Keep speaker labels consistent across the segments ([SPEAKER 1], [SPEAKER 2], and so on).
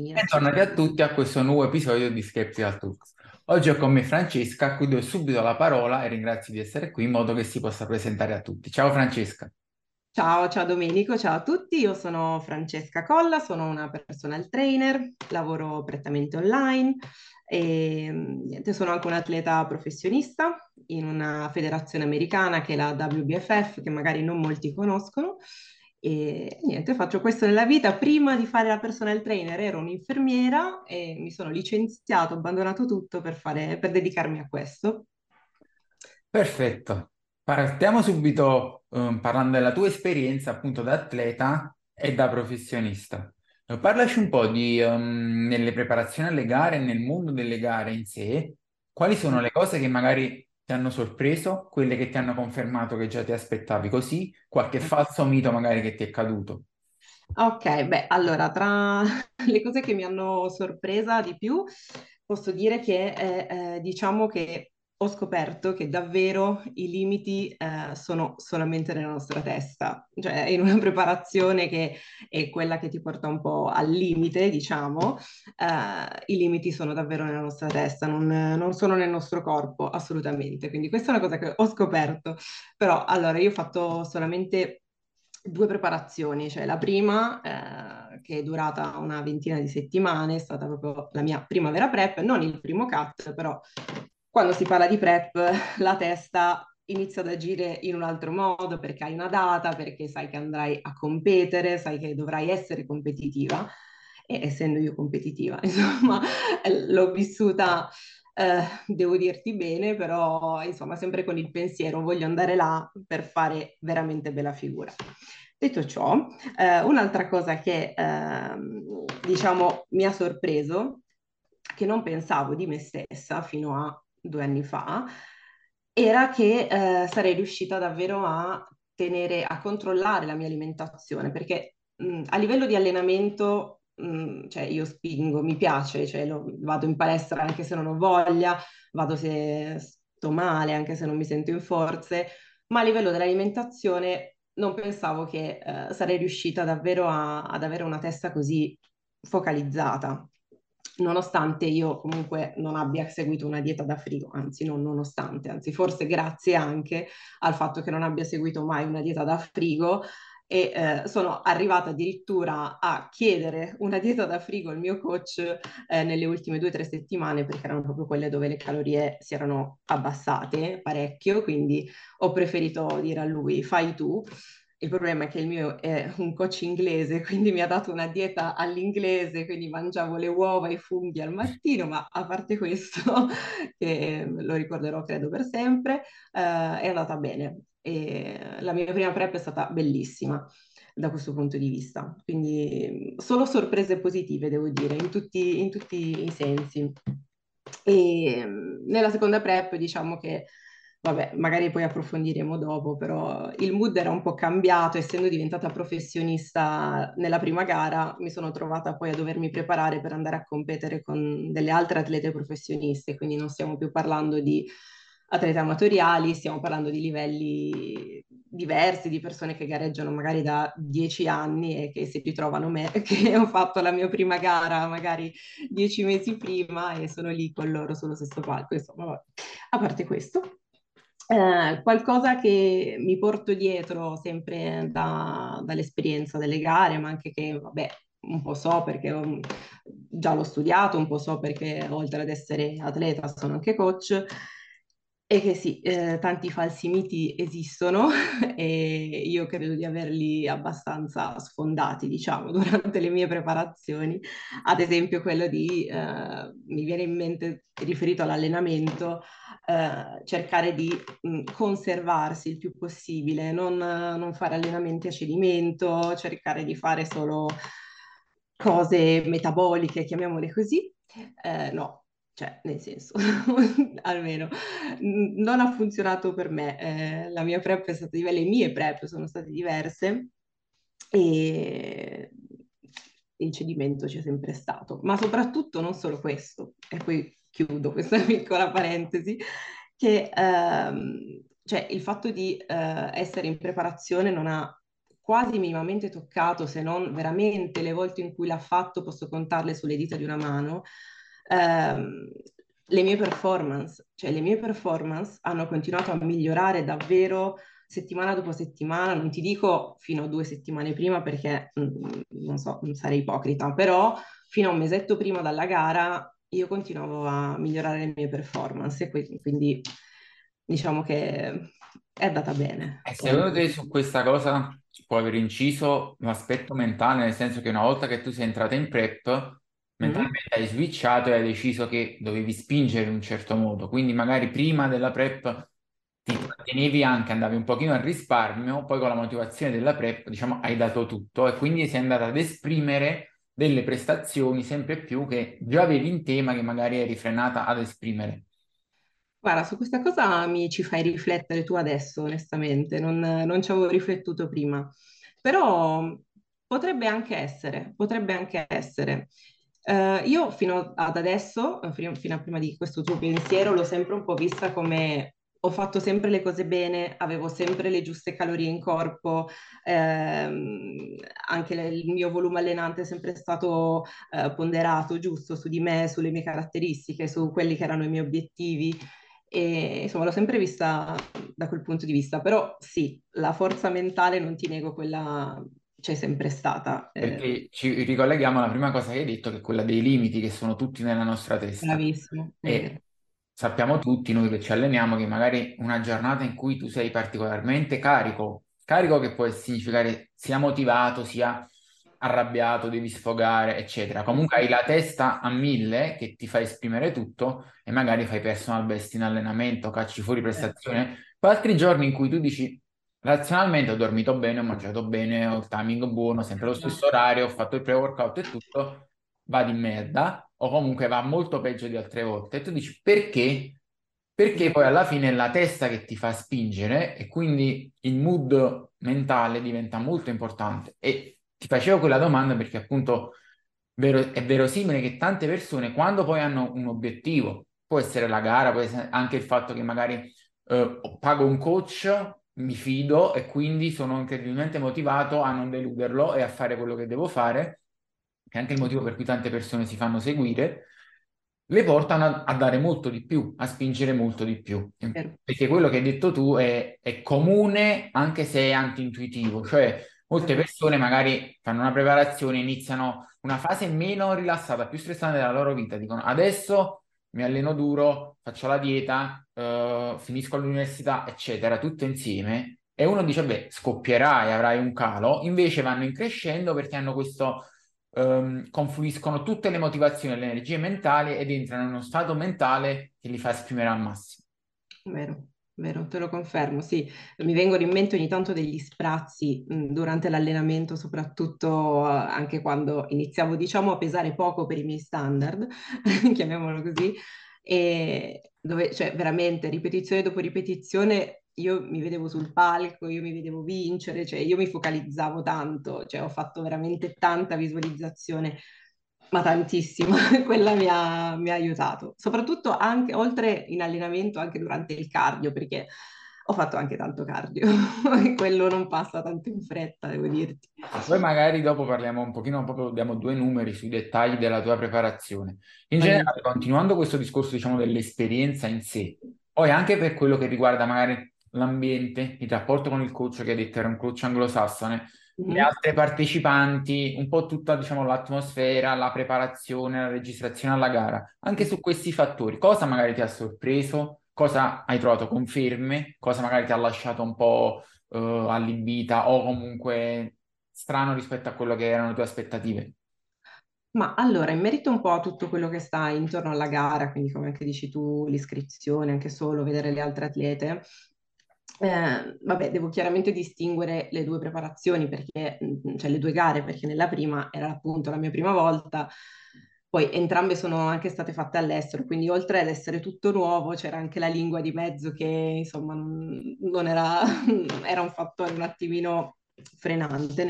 [SPEAKER 1] Yes.
[SPEAKER 2] Bentornati a tutti a questo nuovo episodio di Skeptical Talks. Oggi ho con me Francesca, a cui do subito la parola e ringrazio di essere qui in modo che si possa presentare a tutti. Ciao Francesca.
[SPEAKER 1] Ciao, ciao Domenico, ciao a tutti. Io sono Francesca Colla, sono una personal trainer, lavoro prettamente online e niente, sono anche un atleta professionista in una federazione americana che è la WBFF, che magari non molti conoscono. E niente, faccio questo nella vita. Prima di fare la personal trainer ero un'infermiera e mi sono licenziato, ho abbandonato tutto per dedicarmi a questo.
[SPEAKER 2] Perfetto. Partiamo subito parlando della tua esperienza appunto da atleta e da professionista. Parlaci un po' nelle preparazioni alle gare e nel mondo delle gare in sé, quali sono le cose che magari ti hanno sorpreso, quelle che ti hanno confermato che già ti aspettavi così, qualche falso mito magari che ti è caduto.
[SPEAKER 1] Ok, beh, allora, tra le cose che mi hanno sorpresa di più, posso dire che diciamo che ho scoperto che davvero i limiti sono solamente nella nostra testa, cioè in una preparazione che è quella che ti porta un po' al limite, diciamo, i limiti sono davvero nella nostra testa, non sono nel nostro corpo, assolutamente. Quindi questa è una cosa che ho scoperto. Però allora io ho fatto solamente due preparazioni, cioè la prima che è durata una ventina di settimane, è stata proprio la mia prima vera prep, non il primo cut, però quando si parla di prep la testa inizia ad agire in un altro modo perché hai una data, perché sai che andrai a competere, sai che dovrai essere competitiva e essendo io competitiva, insomma, l'ho vissuta devo dirti bene, però insomma, sempre con il pensiero, voglio andare là per fare veramente bella figura. Detto ciò, un'altra cosa che diciamo mi ha sorpreso, che non pensavo di me stessa fino a 2 anni fa, era che sarei riuscita davvero a tenere, a controllare la mia alimentazione, perché a livello di allenamento, cioè io spingo, mi piace, cioè vado in palestra anche se non ho voglia, vado se sto male, anche se non mi sento in forze, ma a livello dell'alimentazione non pensavo che sarei riuscita davvero ad avere una testa così focalizzata. Nonostante io comunque non abbia seguito una dieta da frigo, anzi non nonostante, anzi forse grazie anche al fatto che non abbia seguito mai una dieta da frigo e sono arrivata addirittura a chiedere una dieta da frigo al mio coach nelle ultime 2 o 3 settimane perché erano proprio quelle dove le calorie si erano abbassate parecchio, quindi ho preferito dire a lui fai tu. Il problema è che il mio è un coach inglese, quindi mi ha dato una dieta all'inglese, quindi mangiavo le uova e i funghi al mattino, ma a parte questo, che lo ricorderò credo per sempre, è andata bene. E la mia prima prep è stata bellissima da questo punto di vista, quindi solo sorprese positive, devo dire, in tutti i sensi. E nella seconda prep diciamo che, vabbè, magari poi approfondiremo dopo, però il mood era un po' cambiato, essendo diventata professionista nella prima gara, mi sono trovata poi a dovermi preparare per andare a competere con delle altre atlete professioniste, quindi non stiamo più parlando di atlete amatoriali, stiamo parlando di livelli diversi, di persone che gareggiano magari da 10 anni e che si ritrovano me, che ho fatto la mia prima gara magari 10 mesi prima e sono lì con loro sullo stesso palco. Insomma, vabbè. A parte questo, qualcosa che mi porto dietro sempre dall'esperienza delle gare, ma anche che, vabbè, un po' so perché già l'ho studiato, un po' so perché oltre ad essere atleta sono anche coach, e che sì, tanti falsi miti esistono e io credo di averli abbastanza sfondati, diciamo, durante le mie preparazioni. Ad esempio quello mi viene in mente riferito all'allenamento, cercare di conservarsi il più possibile, non fare allenamenti a cedimento, cercare di fare solo cose metaboliche, chiamiamole così. No, cioè, nel senso, almeno non ha funzionato per me. La mia prep è stata le mie prep sono state diverse e il cedimento c'è sempre stato, ma soprattutto non solo questo, e poi chiudo questa piccola parentesi, che cioè, il fatto di essere in preparazione non ha quasi minimamente toccato, se non veramente le volte in cui l'ha fatto posso contarle sulle dita di una mano, ehm, le mie performance. Cioè le mie performance hanno continuato a migliorare davvero settimana dopo settimana, non ti dico fino a 2 settimane prima perché non so, non sarei ipocrita, però fino a un mesetto prima dalla gara io continuavo a migliorare le mie performance e quindi diciamo che è andata bene.
[SPEAKER 2] E
[SPEAKER 1] Poi,
[SPEAKER 2] secondo te su questa cosa può aver inciso l'aspetto mentale, nel senso che una volta che tu sei entrata in prep,
[SPEAKER 1] mm,
[SPEAKER 2] mentalmente hai switchato e hai deciso che dovevi spingere in un certo modo, quindi magari prima della prep ti trattenevi anche, andavi un pochino al risparmio, poi con la motivazione della prep, diciamo, hai dato tutto e quindi sei andata ad esprimere delle prestazioni sempre più che già avevi in tema che magari eri frenata ad esprimere.
[SPEAKER 1] guarda, su questa cosa mi ci fai riflettere tu adesso, onestamente, non ci avevo riflettuto prima, però potrebbe anche essere, potrebbe anche essere. Io fino ad adesso, fino a prima di questo tuo pensiero, l'ho sempre un po' vista come ho fatto sempre le cose bene, avevo sempre le giuste calorie in corpo, anche il mio volume allenante è sempre stato ponderato, giusto, su di me, sulle mie caratteristiche, su quelli che erano i miei obiettivi. E insomma, l'ho sempre vista da quel punto di vista, però sì, la forza mentale non ti nego, quella c'è sempre stata.
[SPEAKER 2] Perché ci ricolleghiamo alla prima cosa che hai detto, che è quella dei limiti che sono tutti nella nostra testa.
[SPEAKER 1] Bravissimo, è vero.
[SPEAKER 2] E sappiamo tutti, noi che ci alleniamo, che magari una giornata in cui tu sei particolarmente carico, carico che può significare sia motivato, sia arrabbiato, devi sfogare, eccetera. Comunque hai la testa a mille che ti fa esprimere tutto e magari fai personal best in allenamento, cacci fuori prestazione. Poi altri giorni in cui tu dici razionalmente ho dormito bene, ho mangiato bene, ho il timing buono, sempre lo stesso orario, ho fatto il pre-workout e tutto, va di merda o comunque va molto peggio di altre volte. E tu dici perché? Perché poi alla fine è la testa che ti fa spingere e quindi il mood mentale diventa molto importante. E ti facevo quella domanda perché appunto è verosimile che tante persone quando poi hanno un obiettivo, può essere la gara, può essere anche il fatto che magari pago un coach, mi fido e quindi sono incredibilmente motivato a non deluderlo e a fare quello che devo fare, che è anche il motivo per cui tante persone si fanno seguire, le portano a dare molto di più, a spingere molto di più.
[SPEAKER 1] Vero.
[SPEAKER 2] Perché quello che hai detto tu è comune anche se è anti-intuitivo, cioè molte
[SPEAKER 1] Mhm.
[SPEAKER 2] persone magari fanno una preparazione, iniziano una fase meno rilassata, più stressante della loro vita, dicono adesso mi alleno duro, faccio la dieta, finisco l'università, eccetera, tutto insieme. E uno dice, beh, scoppierai, avrai un calo, invece vanno in crescendo perché hanno questo, confluiscono tutte le motivazioni e le energie mentali ed entrano in uno stato mentale che li fa esprimere al massimo.
[SPEAKER 1] Vero, vero, te lo confermo, sì. Mi vengono in mente ogni tanto degli sprazzi durante l'allenamento, soprattutto anche quando iniziavo, diciamo, a pesare poco per i miei standard, chiamiamolo così, e dove, cioè, veramente, ripetizione dopo ripetizione, io mi vedevo sul palco, io mi vedevo vincere, cioè io mi focalizzavo tanto, cioè ho fatto veramente tanta visualizzazione, ma tantissimo. Quella mi ha aiutato, soprattutto anche oltre in allenamento, anche durante il cardio, perché ho fatto anche tanto cardio e quello non passa tanto in fretta, devo dirti.
[SPEAKER 2] E poi magari dopo parliamo un pochino, proprio diamo due numeri sui dettagli della tua preparazione. In generale,
[SPEAKER 1] Volentieri.
[SPEAKER 2] continuando questo discorso, diciamo, dell'esperienza in sé, poi anche per quello che riguarda magari l'ambiente, il rapporto con il coach che hai detto era un coach anglosassone, le
[SPEAKER 1] Mhm.
[SPEAKER 2] altre partecipanti, un po' tutta, diciamo, l'atmosfera, la preparazione, la registrazione alla gara. Anche su questi fattori, cosa magari ti ha sorpreso, cosa hai trovato conferme, cosa magari ti ha lasciato un po' allibita o comunque strano rispetto a quello che erano le tue aspettative.
[SPEAKER 1] Ma allora, in merito un po' a tutto quello che sta intorno alla gara, quindi come anche dici tu, l'iscrizione, anche solo vedere le altre atlete, vabbè, devo chiaramente distinguere le due preparazioni, perché, cioè le due gare, perché nella prima era appunto la mia prima volta, poi entrambe sono anche state fatte all'estero, quindi oltre ad essere tutto nuovo c'era anche la lingua di mezzo che insomma non era, era un fattore un attimino frenante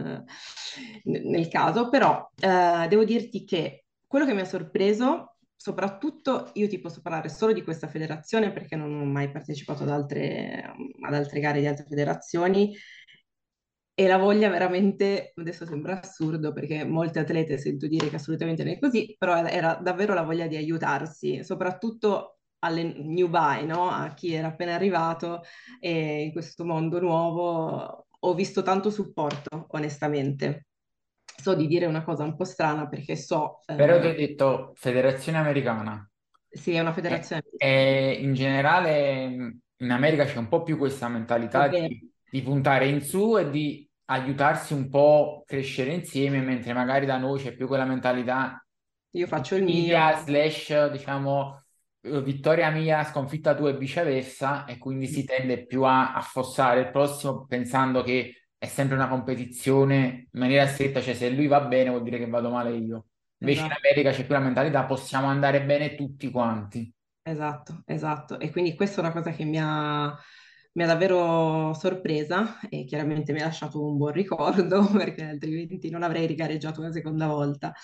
[SPEAKER 1] nel caso, però devo dirti che quello che mi ha sorpreso, soprattutto io ti posso parlare solo di questa federazione perché non ho mai partecipato ad altre gare di altre federazioni, e la voglia veramente, adesso sembra assurdo perché molte atlete sento dire che assolutamente non è così, però era davvero la voglia di aiutarsi, soprattutto alle newbie, no? A chi era appena arrivato e in questo mondo nuovo ho visto tanto supporto, onestamente. So di dire una cosa un po' strana perché so,
[SPEAKER 2] Però ti ho detto federazione americana.
[SPEAKER 1] sì, è una federazione americana,
[SPEAKER 2] E in generale in America c'è un po' più questa mentalità
[SPEAKER 1] davvero.
[SPEAKER 2] di puntare in su e di aiutarsi un po' a crescere insieme, mentre magari da noi c'è più quella mentalità
[SPEAKER 1] Io
[SPEAKER 2] di
[SPEAKER 1] faccio il
[SPEAKER 2] invidia,
[SPEAKER 1] mio,
[SPEAKER 2] slash, diciamo, vittoria mia, sconfitta tua e viceversa, e quindi si tende più a affossare il prossimo pensando che è sempre una competizione in maniera stretta, cioè se lui va bene vuol dire che vado male io. Invece in
[SPEAKER 1] esatto.
[SPEAKER 2] America c'è più la mentalità, possiamo andare bene tutti quanti.
[SPEAKER 1] Esatto, esatto. E quindi questa è una cosa che mi ha davvero sorpresa e chiaramente mi ha lasciato un buon ricordo perché altrimenti non avrei rigareggiato una seconda volta.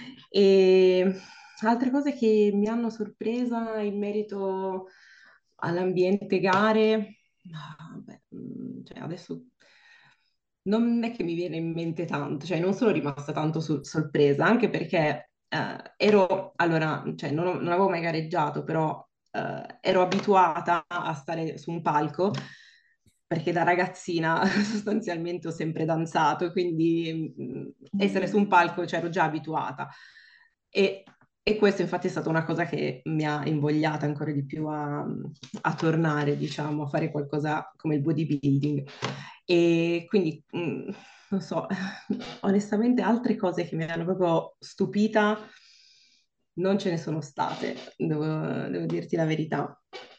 [SPEAKER 1] E altre cose che mi hanno sorpresa in merito all'ambiente gare, beh, cioè adesso non è che mi viene in mente tanto, cioè non sono rimasta tanto sorpresa, anche perché ero, allora, cioè non avevo mai gareggiato, però ero abituata a stare su un palco, perché da ragazzina sostanzialmente ho sempre danzato, quindi essere su un palco c'ero già abituata. E, e questo infatti è stata una cosa che mi ha invogliata ancora di più a tornare, diciamo, a fare qualcosa come il bodybuilding. E quindi, non so, onestamente altre cose che mi hanno proprio stupita non ce ne sono state, devo dirti la verità.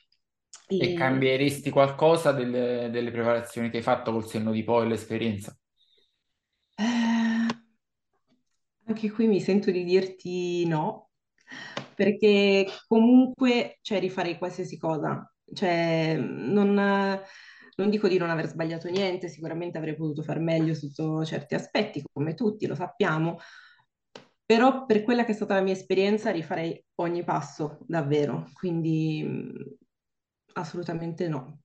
[SPEAKER 2] E
[SPEAKER 1] E,
[SPEAKER 2] cambieresti qualcosa delle preparazioni che hai fatto col senno di poi e l'esperienza?
[SPEAKER 1] eh, anche qui mi sento di dirti no, perché comunque, cioè, rifarei qualsiasi cosa. Cioè, non dico di non aver sbagliato niente, sicuramente avrei potuto far meglio sotto certi aspetti, come tutti, lo sappiamo, però per quella che è stata la mia esperienza rifarei ogni passo, davvero, quindi assolutamente no.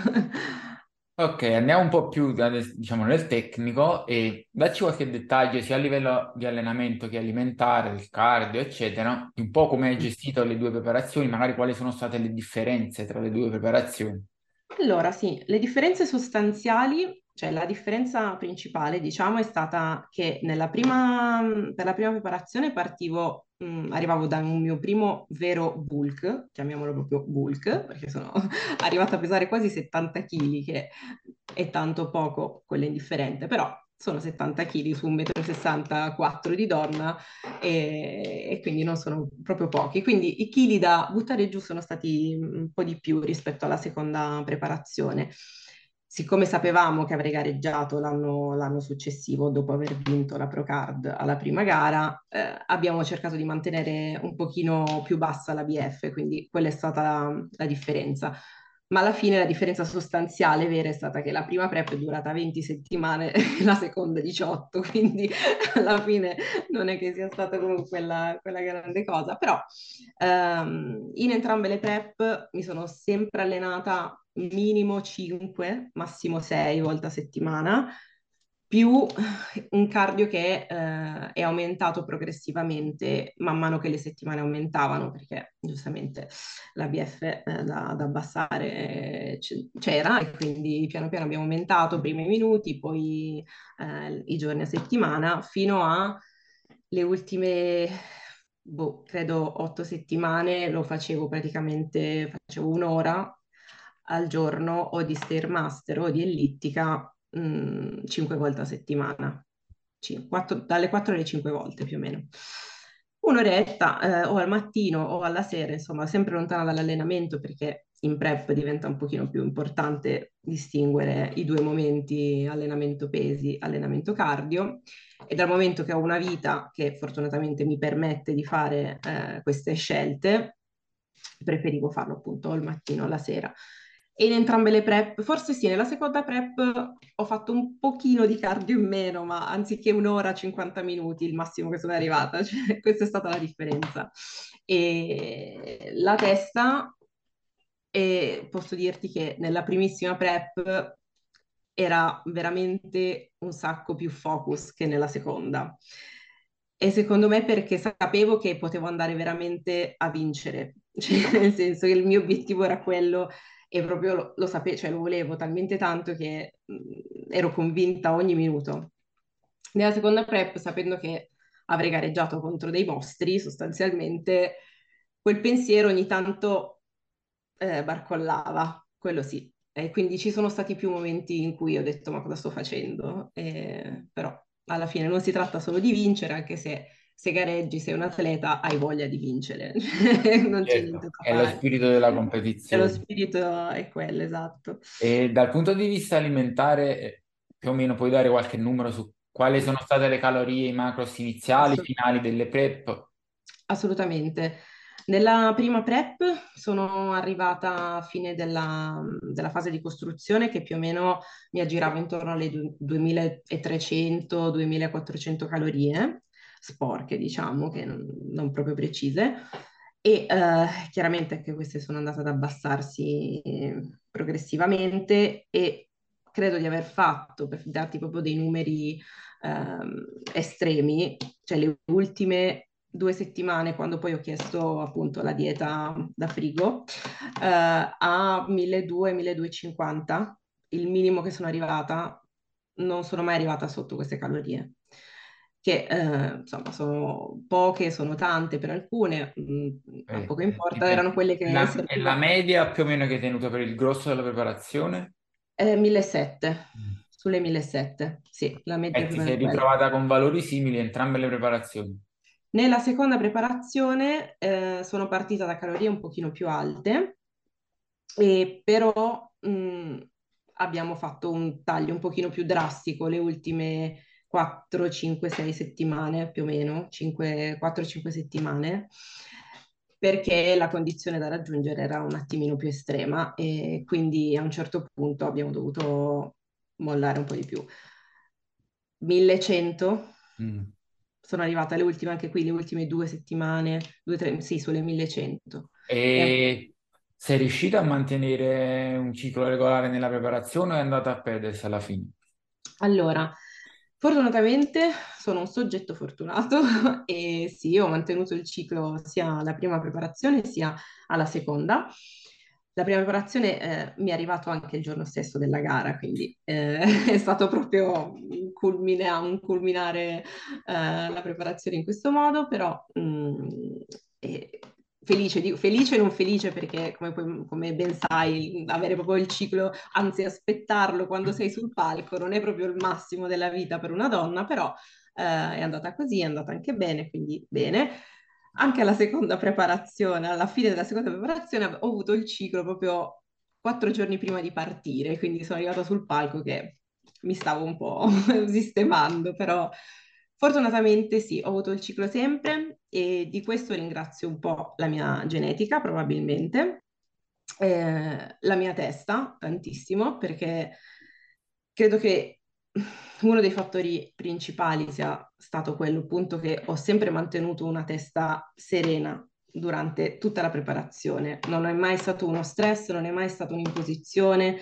[SPEAKER 2] Ok, andiamo un po' più diciamo, nel tecnico e dacci qualche dettaglio sia a livello di allenamento che alimentare, del cardio, eccetera, un po' come hai gestito le due preparazioni, magari quali sono state le differenze tra le due preparazioni.
[SPEAKER 1] Allora, sì, le differenze sostanziali, cioè la differenza principale, diciamo, è stata che per la prima preparazione arrivavo da un mio primo vero bulk, chiamiamolo proprio bulk, perché sono arrivata a pesare quasi 70 kg, che è tanto poco, quello è indifferente, però sono 70 kg su 1,64 m di donna e quindi non sono proprio pochi. Quindi i chili da buttare giù sono stati un po' di più rispetto alla seconda preparazione. Siccome sapevamo che avrei gareggiato l'anno successivo, dopo aver vinto la Procard alla prima gara, abbiamo cercato di mantenere un pochino più bassa la BF, quindi quella è stata la differenza. Ma alla fine la differenza sostanziale vera è stata che la prima prep è durata 20 settimane e la seconda 18, quindi alla fine non è che sia stata comunque quella grande cosa, però in entrambe le prep mi sono sempre allenata minimo 5, massimo 6 volte a settimana, più un cardio che è aumentato progressivamente man mano che le settimane aumentavano, perché giustamente l'ABF da abbassare c'era e quindi piano piano abbiamo aumentato prima i minuti, poi i giorni a settimana, fino a le ultime, boh, credo 8 settimane lo facevo praticamente, facevo un'ora al giorno o di Stairmaster o di ellittica 5 volte a settimana. Dalle 4 alle 5 volte più o meno. Un'oretta, o al mattino o alla sera, insomma, sempre lontana dall'allenamento perché in prep diventa un pochino più importante distinguere i due momenti, allenamento pesi, allenamento cardio. E dal momento che ho una vita che fortunatamente mi permette di fare queste scelte, preferivo farlo appunto al mattino o alla sera. E in entrambe le prep, forse sì, nella seconda prep ho fatto un pochino di cardio in meno, ma anziché un'ora, 50 minuti, il massimo che sono arrivata, cioè, questa è stata la differenza. E la testa, e posso dirti che nella primissima prep era veramente un sacco più focus che nella seconda. E secondo me perché sapevo che potevo andare veramente a vincere, cioè, nel senso che il mio obiettivo era quello e proprio lo sapevo, cioè lo volevo talmente tanto che ero convinta ogni minuto. Nella seconda prep, sapendo che avrei gareggiato contro dei mostri, sostanzialmente quel pensiero ogni tanto barcollava, quello sì. E quindi ci sono stati più momenti in cui ho detto ma cosa sto facendo? Però alla fine non si tratta solo di vincere, anche se gareggi, sei un atleta, hai voglia di vincere, non c'è niente
[SPEAKER 2] Certo,
[SPEAKER 1] da
[SPEAKER 2] è lo
[SPEAKER 1] fare.
[SPEAKER 2] spirito della
[SPEAKER 1] E lo
[SPEAKER 2] competizione.
[SPEAKER 1] spirito è quello, esatto.
[SPEAKER 2] E dal punto di vista alimentare, più o meno puoi dare qualche numero su quali sono state le calorie, i macros iniziali,
[SPEAKER 1] Assolutamente.
[SPEAKER 2] finali delle prep?
[SPEAKER 1] Assolutamente. Nella prima prep sono arrivata a fine della fase di costruzione che più o meno mi aggirava intorno alle 2300-2400 calorie, sporche diciamo, che non proprio precise. E chiaramente anche queste sono andate ad abbassarsi progressivamente e credo di aver fatto, per darti proprio dei numeri estremi, cioè le ultime 2 settimane, quando poi ho chiesto appunto la dieta da frigo, a 1200-1250, il minimo che sono arrivata, non sono mai arrivata sotto queste calorie, che insomma sono poche, sono tante per alcune, ma poco importa,
[SPEAKER 2] Dipende.
[SPEAKER 1] erano quelle
[SPEAKER 2] E
[SPEAKER 1] che
[SPEAKER 2] la, e la
[SPEAKER 1] servivano.
[SPEAKER 2] media più o meno che hai tenuto per il grosso della preparazione?
[SPEAKER 1] 1700,
[SPEAKER 2] Mm.
[SPEAKER 1] sulle 1700, sì, la media
[SPEAKER 2] E
[SPEAKER 1] più o
[SPEAKER 2] ti
[SPEAKER 1] meno
[SPEAKER 2] sei
[SPEAKER 1] è quella.
[SPEAKER 2] ritrovata con valori simili entrambe le preparazioni?
[SPEAKER 1] Nella seconda preparazione sono partita da calorie un pochino più alte, però abbiamo fatto un taglio un pochino più drastico le ultime 4, 5, 6 settimane, più o meno, 5, 4-5 settimane, perché la condizione da raggiungere era un attimino più estrema e quindi a un certo punto abbiamo dovuto mollare un po' di più. 1100
[SPEAKER 2] Mm.
[SPEAKER 1] sono arrivata alle ultime, anche qui, le ultime 2 settimane, due, tre, sì, sulle 1100. E anche
[SPEAKER 2] E sei riuscita a mantenere un ciclo regolare nella preparazione o è andata a perdersi alla fine?
[SPEAKER 1] allora, fortunatamente sono un soggetto fortunato e sì, ho mantenuto il ciclo sia alla prima preparazione sia alla seconda. La prima preparazione mi è arrivato anche il giorno stesso della gara, quindi è stato proprio un culminare la preparazione in questo modo, però eh, felice, felice e non felice perché come ben sai, avere proprio il ciclo, anzi aspettarlo quando sei sul palco non è proprio il massimo della vita per una donna, però è andata così, è andata anche bene, quindi bene. Anche alla seconda preparazione, alla fine della seconda preparazione, ho avuto il ciclo proprio 4 giorni prima di partire, quindi sono arrivata sul palco che mi stavo un po' sistemando, però fortunatamente sì, ho avuto il ciclo sempre e di questo ringrazio un po' la mia genetica, probabilmente, la mia testa tantissimo, perché credo che uno dei fattori principali sia stato quello, appunto, che ho sempre mantenuto una testa serena durante tutta la preparazione. Non è mai stato uno stress, non è mai stata un'imposizione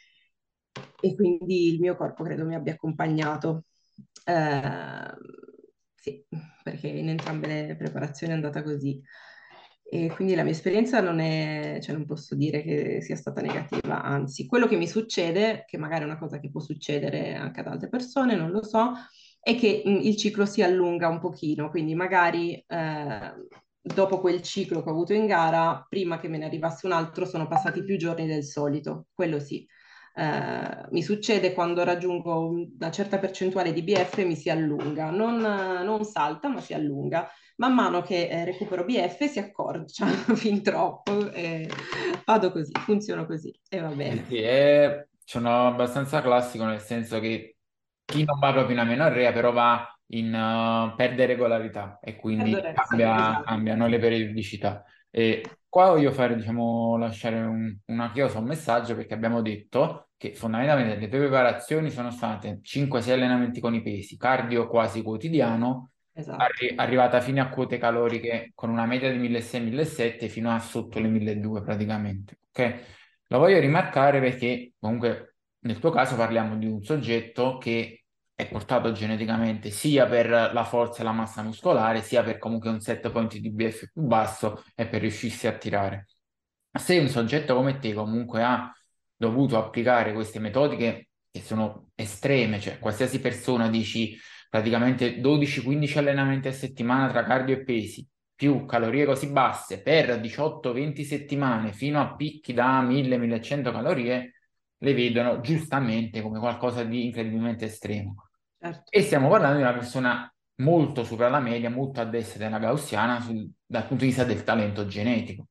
[SPEAKER 1] e quindi il mio corpo credo mi abbia accompagnato. Eh, sì, perché in entrambe le preparazioni è andata così. E quindi la mia esperienza non è, cioè non posso dire che sia stata negativa, anzi, quello che mi succede, che magari è una cosa che può succedere anche ad altre persone, non lo so, è che il ciclo si allunga un pochino, quindi magari dopo quel ciclo che ho avuto in gara, prima che me ne arrivasse un altro, sono passati più giorni del solito, quello sì. Mi succede quando raggiungo una certa percentuale di BF mi si allunga, non salta ma si allunga. Man mano che recupero BF si accorcia fin troppo e vado così, funziono così e va
[SPEAKER 2] Sì,
[SPEAKER 1] bene.
[SPEAKER 2] sì, sono abbastanza classico nel senso che chi non va proprio in amenorrea però va in perde regolarità e quindi
[SPEAKER 1] Sì, esatto.
[SPEAKER 2] cambiano le periodicità. E qua voglio fare, diciamo, lasciare una chiosa, un messaggio perché abbiamo detto che fondamentalmente le tue preparazioni sono state 5-6 allenamenti con i pesi, cardio quasi quotidiano,
[SPEAKER 1] Esatto.
[SPEAKER 2] arrivata fino a quote caloriche con una media di 1600-1700 fino a sotto le 1200 praticamente. Ok? Lo voglio rimarcare perché comunque nel tuo caso parliamo di un soggetto che è portato geneticamente sia per la forza e la massa muscolare, sia per comunque un set point di BF più basso e per riuscirsi a tirare. Se un soggetto come te comunque ha dovuto applicare queste metodiche che sono estreme, cioè qualsiasi persona dici praticamente 12-15 allenamenti a settimana tra cardio e pesi, più calorie così basse per 18-20 settimane fino a picchi da 1000-1100 calorie, le vedono giustamente come qualcosa di incredibilmente estremo.
[SPEAKER 1] certo.
[SPEAKER 2] E stiamo parlando di una persona molto sopra la media, molto a destra della gaussiana dal punto di vista del talento genetico.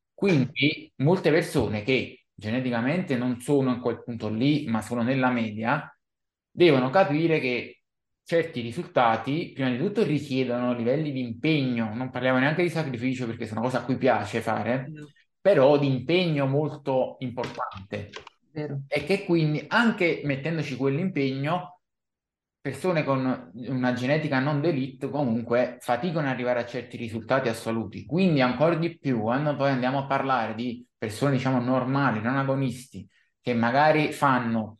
[SPEAKER 2] Quindi molte persone che geneticamente non sono in quel punto lì, ma sono nella media, devono capire che certi risultati, prima di tutto, richiedono livelli di impegno, non parliamo neanche di sacrificio perché sono cose a cui piace fare,
[SPEAKER 1] No,
[SPEAKER 2] però di impegno molto importante.
[SPEAKER 1] vero.
[SPEAKER 2] E che quindi anche mettendoci quell'impegno, persone con una genetica non d'élite comunque faticano ad arrivare a certi risultati assoluti. Quindi ancora di più, quando poi andiamo a parlare di persone, diciamo, normali, non agonisti, che magari fanno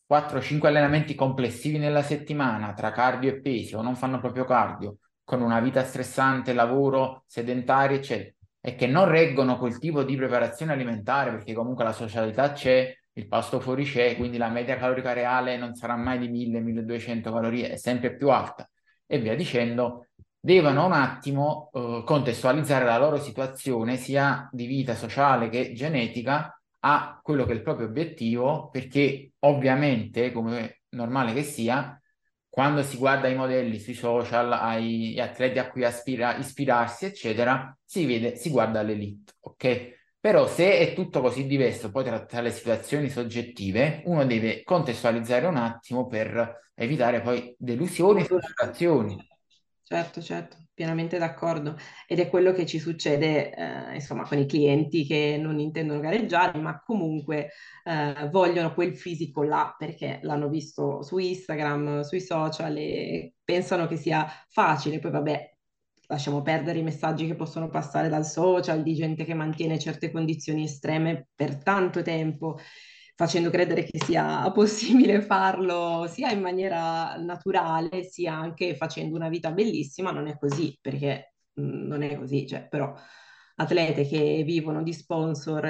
[SPEAKER 2] 4-5 allenamenti complessivi nella settimana tra cardio e pesi o non fanno proprio cardio, con una vita stressante, lavoro, sedentario, eccetera, e che non reggono quel tipo di preparazione alimentare perché comunque la socialità c'è, il pasto fuori c'è, quindi la media calorica reale non sarà mai di 1000-1200 calorie, è sempre più alta e via dicendo, devono un attimo contestualizzare la loro situazione sia di vita sociale che genetica a quello che è il proprio obiettivo, perché ovviamente, come è normale che sia, quando si guarda i modelli sui social, agli atleti a cui ispirarsi, eccetera, si vede, si guarda l'elite, ok? Però se è tutto così diverso, poi tra le situazioni soggettive, uno deve contestualizzare un attimo per evitare poi delusioni e
[SPEAKER 1] Modulare.
[SPEAKER 2] frustrazioni.
[SPEAKER 1] Certo, certo, pienamente d'accordo. Ed è quello che ci succede, insomma, con i clienti che non intendono gareggiare, ma comunque vogliono quel fisico là perché l'hanno visto su Instagram, sui social e pensano che sia facile. Poi, vabbè, lasciamo perdere i messaggi che possono passare dal social di gente che mantiene certe condizioni estreme per tanto tempo facendo credere che sia possibile farlo sia in maniera naturale, sia anche facendo una vita bellissima. Non è così, perché non è così, cioè, però atlete che vivono di sponsor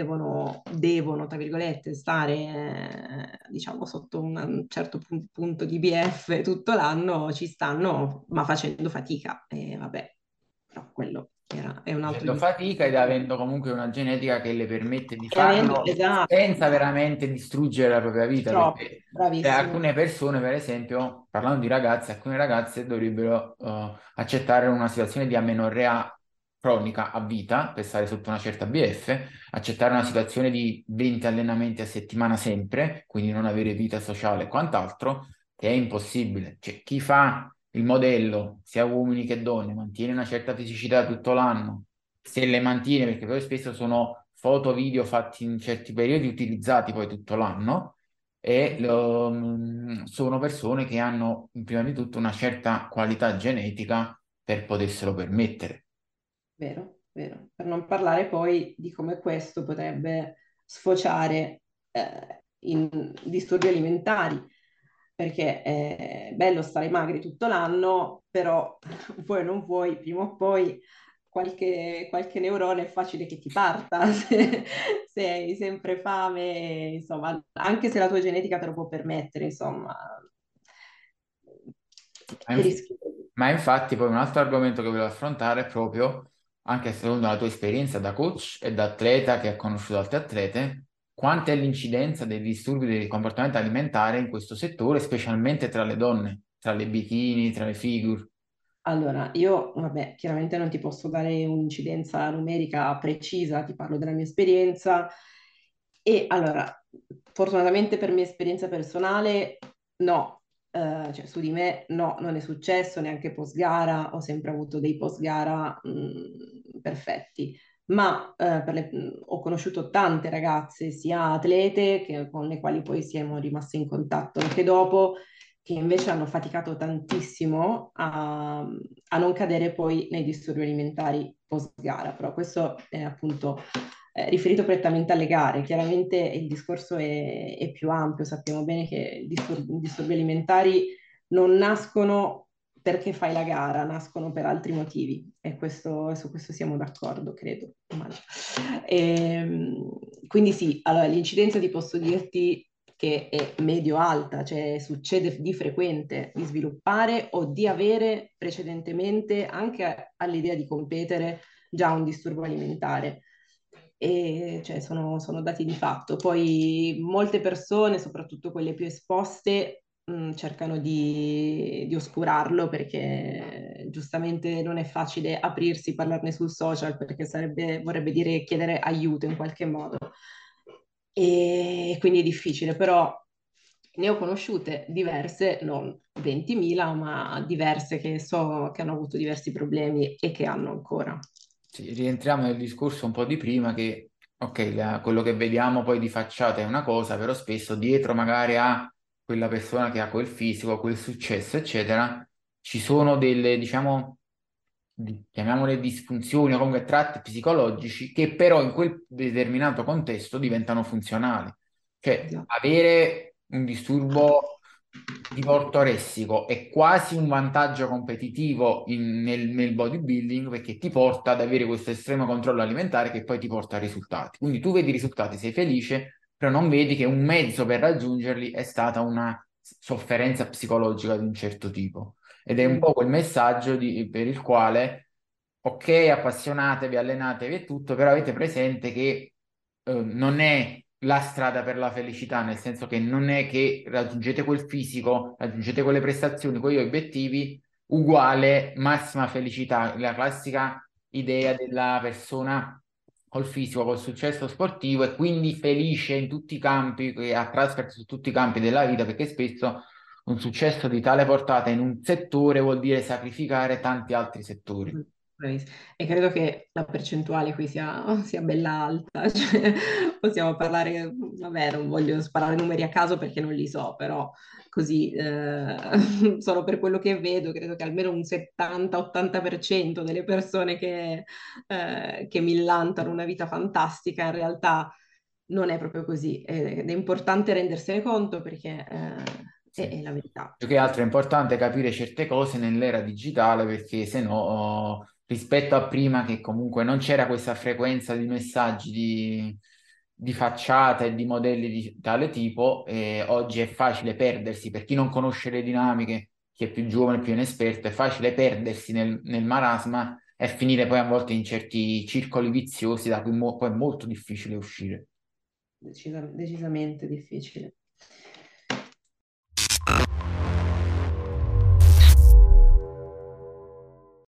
[SPEAKER 1] devono, tra virgolette, stare, diciamo, sotto un certo punto di BF tutto l'anno, ci stanno, ma facendo fatica. E vabbè, però quello è un altro
[SPEAKER 2] Facendo
[SPEAKER 1] discorso.
[SPEAKER 2] fatica ed avendo comunque una genetica che le permette di
[SPEAKER 1] E avendo,
[SPEAKER 2] farlo
[SPEAKER 1] esatto,
[SPEAKER 2] senza veramente distruggere la propria vita,
[SPEAKER 1] troppo,
[SPEAKER 2] perché
[SPEAKER 1] bravissimo.
[SPEAKER 2] alcune persone, per esempio, parlando di ragazze, alcune ragazze dovrebbero accettare una situazione di amenorrea cronica a vita per stare sotto una certa BF, accettare una situazione di 20 allenamenti a settimana sempre, quindi non avere vita sociale e quant'altro, che è impossibile. Cioè, chi fa il modello, sia uomini che donne, mantiene una certa fisicità tutto l'anno, se le mantiene, perché poi spesso sono foto, video fatti in certi periodi utilizzati poi tutto l'anno e sono persone che hanno prima di tutto una certa qualità genetica per poterselo permettere.
[SPEAKER 1] Vero, vero. Per non parlare poi di come questo potrebbe sfociare in disturbi alimentari, perché è bello stare magri tutto l'anno, però vuoi o non vuoi, prima o poi qualche neurone è facile che ti parta se hai sempre fame, insomma, anche se la tua genetica te lo può permettere, insomma,
[SPEAKER 2] Ma,
[SPEAKER 1] è
[SPEAKER 2] inf-
[SPEAKER 1] rischioso.
[SPEAKER 2] ma infatti poi un altro argomento che volevo affrontare è proprio, anche secondo la tua esperienza da coach e da atleta che ha conosciuto altre atlete, quanta è l'incidenza dei disturbi del comportamento alimentare in questo settore, specialmente tra le donne, tra le bikini, tra le figure.
[SPEAKER 1] Allora, io, vabbè, chiaramente non ti posso dare un'incidenza numerica precisa, ti parlo della mia esperienza. E allora, fortunatamente per mia esperienza personale, no. Cioè su di me no, non è successo neanche post gara, ho sempre avuto dei post gara perfetti, ma ho conosciuto tante ragazze, sia atlete con le quali poi siamo rimaste in contatto anche dopo, che invece hanno faticato tantissimo a non cadere poi nei disturbi alimentari post gara, però questo è appunto riferito prettamente alle gare. Chiaramente il discorso è più ampio, sappiamo bene che i disturbi alimentari non nascono perché fai la gara, nascono per altri motivi e su questo siamo d'accordo, credo. Quindi sì, allora l'incidenza ti posso dirti che è medio-alta, cioè succede di frequente di sviluppare o di avere precedentemente anche all'idea di competere già un disturbo alimentare. E cioè, sono dati di fatto. Poi molte persone, soprattutto quelle più esposte, cercano di oscurarlo perché giustamente non è facile aprirsi, parlarne sul social perché vorrebbe dire chiedere aiuto in qualche modo. E quindi è difficile, però ne ho conosciute diverse, non 20.000, ma diverse che so che hanno avuto diversi problemi e che hanno ancora.
[SPEAKER 2] Sì, rientriamo nel discorso un po' di prima che, ok, quello che vediamo poi di facciata è una cosa, però spesso dietro magari a quella persona che ha quel fisico, quel successo, eccetera, ci sono delle, diciamo, chiamiamole disfunzioni o comunque tratti psicologici che però in quel determinato contesto diventano funzionali. Cioè,
[SPEAKER 1] Esatto.
[SPEAKER 2] avere un disturbo tipo ortoressico è quasi un vantaggio competitivo nel bodybuilding perché ti porta ad avere questo estremo controllo alimentare che poi ti porta a risultati. Quindi tu vedi i risultati, sei felice, però non vedi che un mezzo per raggiungerli è stata una sofferenza psicologica di un certo tipo. Ed è un
[SPEAKER 1] Mm.
[SPEAKER 2] po' quel messaggio per il quale, ok, appassionatevi, allenatevi e tutto, però avete presente che non è la strada per la felicità, nel senso che non è che raggiungete quel fisico, raggiungete quelle prestazioni, quegli obiettivi, uguale massima felicità, la classica idea della persona col fisico, col successo sportivo e quindi felice in tutti i campi, che ha trasferto su tutti i campi della vita, perché spesso un successo di tale portata in un settore vuol dire sacrificare tanti altri settori.
[SPEAKER 1] Bravissimo. E credo che la percentuale qui sia bella alta, cioè, possiamo parlare, vabbè, non voglio sparare numeri a caso perché non li so, però così, solo per quello che vedo, credo che almeno un 70-80% delle persone che millantano una vita fantastica in realtà non è proprio così ed è importante rendersene conto perché
[SPEAKER 2] Sì.
[SPEAKER 1] è la verità.
[SPEAKER 2] Più che altro è importante capire certe cose nell'era digitale perché se no, rispetto a prima che comunque non c'era questa frequenza di messaggi di facciata e di modelli di tale tipo, oggi è facile perdersi, per chi non conosce le dinamiche, chi è più giovane, più inesperto, è facile perdersi nel marasma e finire poi a volte in certi circoli viziosi da cui poi è molto difficile uscire.
[SPEAKER 1] Decisamente difficile.